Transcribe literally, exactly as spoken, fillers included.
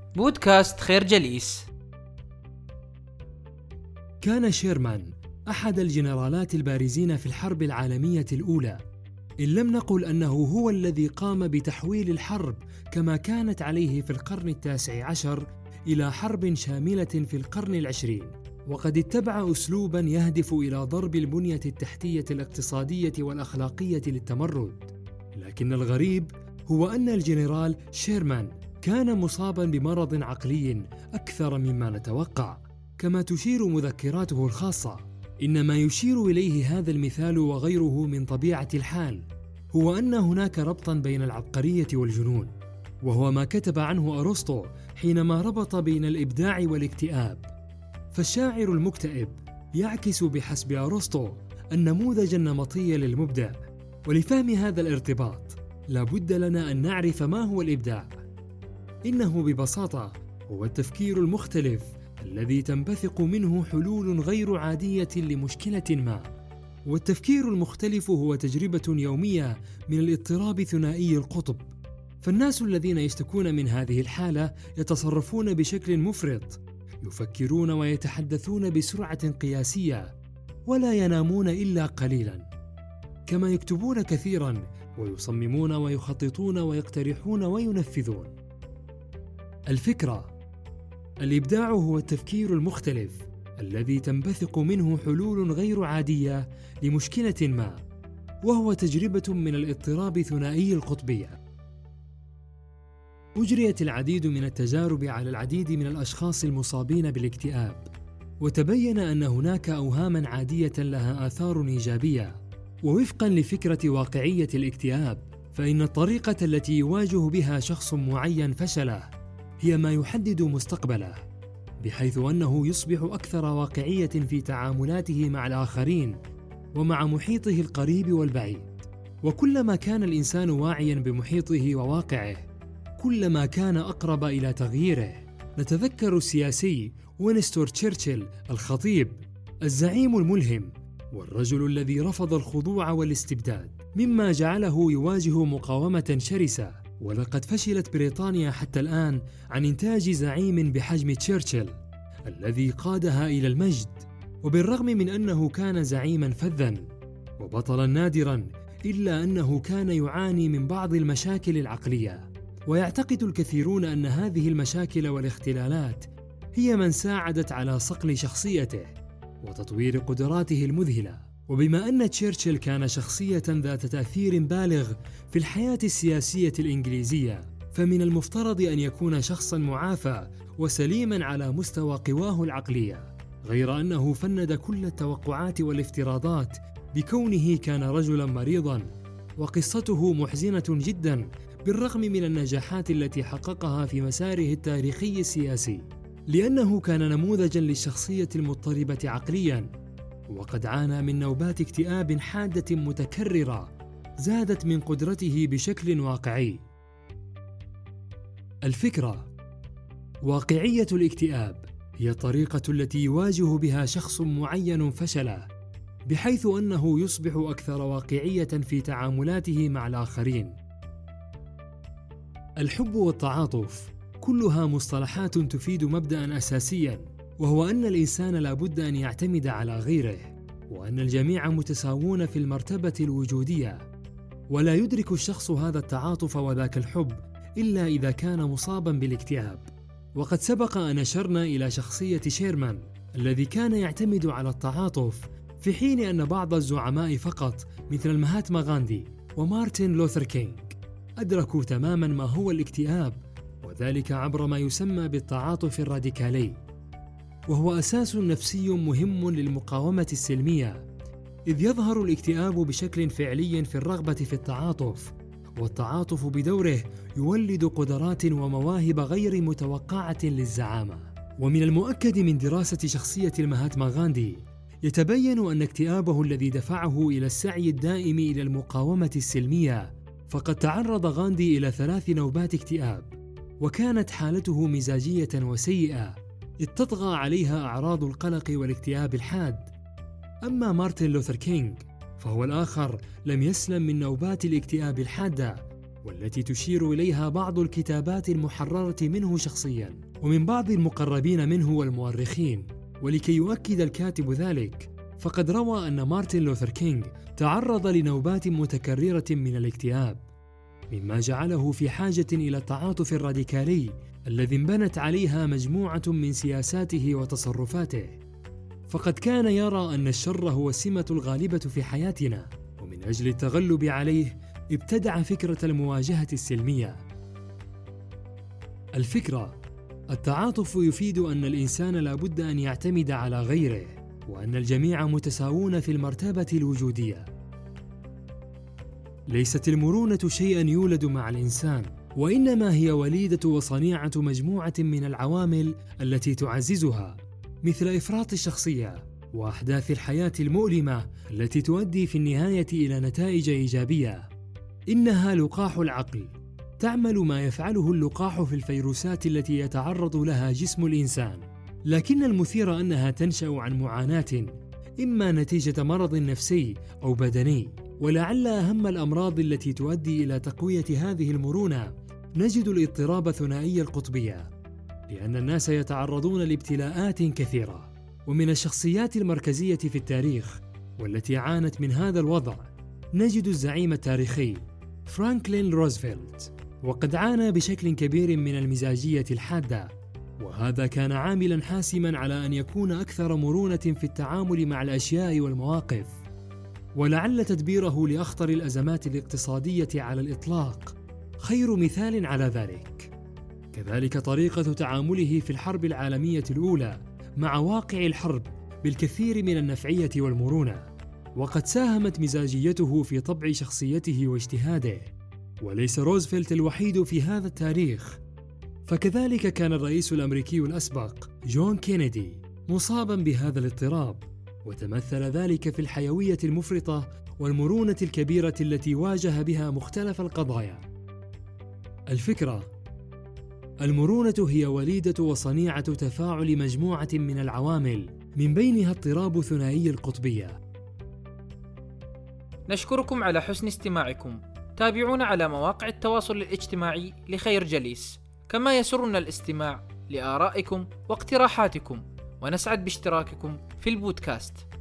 بودكاست خير جليس. كان شيرمان أحد الجنرالات البارزين في الحرب العالمية الأولى، إن لم نقل أنه هو الذي قام بتحويل الحرب كما كانت عليه في القرن التاسع عشر إلى حرب شاملة في القرن العشرين، وقد اتبع أسلوباً يهدف إلى ضرب البنية التحتية الاقتصادية والأخلاقية للتمرد. لكن الغريب هو أن الجنرال شيرمان كان مصاباً بمرض عقلي أكثر مما نتوقع، كما تشير مذكراته الخاصة. إن ما يشير إليه هذا المثال وغيره من طبيعة الحال هو أن هناك ربطاً بين العبقرية والجنون، وهو ما كتب عنه أرسطو حينما ربط بين الإبداع والاكتئاب. فالشاعر المكتئب يعكس بحسب أرسطو النموذج النمطي للمبدع. ولفهم هذا الارتباط لا بد لنا أن نعرف ما هو الإبداع. إنه ببساطة هو التفكير المختلف الذي تنبثق منه حلول غير عادية لمشكلة ما. والتفكير المختلف هو تجربة يومية من الاضطراب ثنائي القطب. فالناس الذين يشتكون من هذه الحالة يتصرفون بشكل مفرط، يفكرون ويتحدثون بسرعة قياسية، ولا ينامون إلا قليلاً، كما يكتبون كثيراً ويصممون ويخططون ويقترحون وينفذون. الفكرة: الإبداع هو التفكير المختلف الذي تنبثق منه حلول غير عادية لمشكلة ما، وهو تجربة من الاضطراب ثنائي القطبية. أجريت العديد من التجارب على العديد من الأشخاص المصابين بالاكتئاب، وتبين أن هناك أوهاماً عادية لها آثار إيجابية. ووفقاً لفكرة واقعية الاكتئاب، فإن الطريقة التي يواجه بها شخص معين فشله هي ما يحدد مستقبله، بحيث أنه يصبح أكثر واقعية في تعاملاته مع الآخرين ومع محيطه القريب والبعيد. وكلما كان الإنسان واعياً بمحيطه وواقعه، كلما كان أقرب إلى تغييره. نتذكر السياسي وينستون تشرشل الخطيب، الزعيم الملهم، والرجل الذي رفض الخضوع والاستبداد، مما جعله يواجه مقاومة شرسة. ولقد فشلت بريطانيا حتى الآن عن إنتاج زعيم بحجم تشرشل الذي قادها إلى المجد. وبالرغم من أنه كان زعيماً فذاً وبطلاً نادراً، إلا أنه كان يعاني من بعض المشاكل العقلية. ويعتقد الكثيرون أن هذه المشاكل والاختلالات هي من ساعدت على صقل شخصيته وتطوير قدراته المذهلة. وبما أن تشرشل كان شخصية ذات تأثير بالغ في الحياة السياسية الإنجليزية، فمن المفترض أن يكون شخصاً معافى وسليماً على مستوى قواه العقلية، غير أنه فند كل التوقعات والافتراضات بكونه كان رجلاً مريضاً. وقصته محزنة جداً بالرغم من النجاحات التي حققها في مساره التاريخي السياسي، لأنه كان نموذجاً للشخصية المضطربة عقلياً، وقد عانى من نوبات اكتئاب حادة متكررة زادت من قدرته بشكل واقعي. الفكرة: واقعية الاكتئاب هي الطريقة التي يواجه بها شخص معين فشله، بحيث أنه يصبح أكثر واقعية في تعاملاته مع الآخرين. الحب والتعاطف كلها مصطلحات تفيد مبدأ أساسياً، وهو أن الإنسان لا بد أن يعتمد على غيره، وأن الجميع متساوون في المرتبة الوجودية. ولا يدرك الشخص هذا التعاطف وذاك الحب إلا إذا كان مصاباً بالاكتئاب. وقد سبق أن أشرنا إلى شخصية شيرمان الذي كان يعتمد على التعاطف، في حين أن بعض الزعماء فقط مثل المهاتما غاندي ومارتن لوثر كينغ أدركوا تماماً ما هو الاكتئاب، وذلك عبر ما يسمى بالتعاطف الراديكالي، وهو أساس نفسي مهم للمقاومة السلمية، إذ يظهر الاكتئاب بشكل فعلي في الرغبة في التعاطف. والتعاطف بدوره يولد قدرات ومواهب غير متوقعة للزعامة. ومن المؤكد من دراسة شخصية المهاتما غاندي يتبين أن اكتئابه الذي دفعه إلى السعي الدائم إلى المقاومة السلمية، فقد تعرض غاندي إلى ثلاث نوبات اكتئاب، وكانت حالته مزاجية وسيئة إذ تطغى عليها أعراض القلق والاكتئاب الحاد. أما مارتن لوثر كينغ فهو الآخر لم يسلم من نوبات الاكتئاب الحادة، والتي تشير إليها بعض الكتابات المحررة منه شخصياً ومن بعض المقربين منه والمؤرخين. ولكي يؤكد الكاتب ذلك، فقد روى أن مارتن لوثر كينغ تعرض لنوبات متكررة من الاكتئاب، مما جعله في حاجة إلى التعاطف الراديكالي الذي انبنت عليها مجموعة من سياساته وتصرفاته. فقد كان يرى أن الشر هو السمة الغالبة في حياتنا، ومن أجل التغلب عليه ابتدع فكرة المواجهة السلمية. الفكرة: التعاطف يفيد أن الإنسان لا بد أن يعتمد على غيره، وأن الجميع متساوون في المرتبة الوجودية. ليست المرونة شيئاً يولد مع الإنسان، وإنما هي وليدة وصنيعة مجموعة من العوامل التي تعززها، مثل إفراط الشخصية وأحداث الحياة المؤلمة التي تؤدي في النهاية إلى نتائج إيجابية. إنها لقاح العقل، تعمل ما يفعله اللقاح في الفيروسات التي يتعرض لها جسم الإنسان، لكن المثير أنها تنشأ عن معاناة، إما نتيجة مرض نفسي أو بدني. ولعل أهم الأمراض التي تؤدي إلى تقوية هذه المرونة نجد الاضطراب ثنائي القطبية، لأن الناس يتعرضون لابتلاءات كثيرة. ومن الشخصيات المركزية في التاريخ والتي عانت من هذا الوضع نجد الزعيم التاريخي فرانكلين روزفلت، وقد عانى بشكل كبير من المزاجية الحادة، وهذا كان عاملاً حاسماً على أن يكون أكثر مرونة في التعامل مع الأشياء والمواقف. ولعل تدبيره لأخطر الأزمات الاقتصادية على الإطلاق خير مثال على ذلك. كذلك طريقة تعامله في الحرب العالمية الأولى مع واقع الحرب بالكثير من النفعية والمرونة، وقد ساهمت مزاجيته في طبع شخصيته واجتهاده. وليس روزفلت الوحيد في هذا التاريخ، فكذلك كان الرئيس الأمريكي الأسبق جون كينيدي مصاباً بهذا الاضطراب، وتمثل ذلك في الحيوية المفرطة والمرونة الكبيرة التي واجه بها مختلف القضايا. الفكرة: المرونة هي وليدة وصنيعة تفاعل مجموعة من العوامل، من بينها اضطراب ثنائي القطبية. نشكركم على حسن استماعكم. تابعونا على مواقع التواصل الاجتماعي لخير جليس، كما يسرنا الاستماع لآرائكم واقتراحاتكم، ونسعد باشتراككم في البودكاست.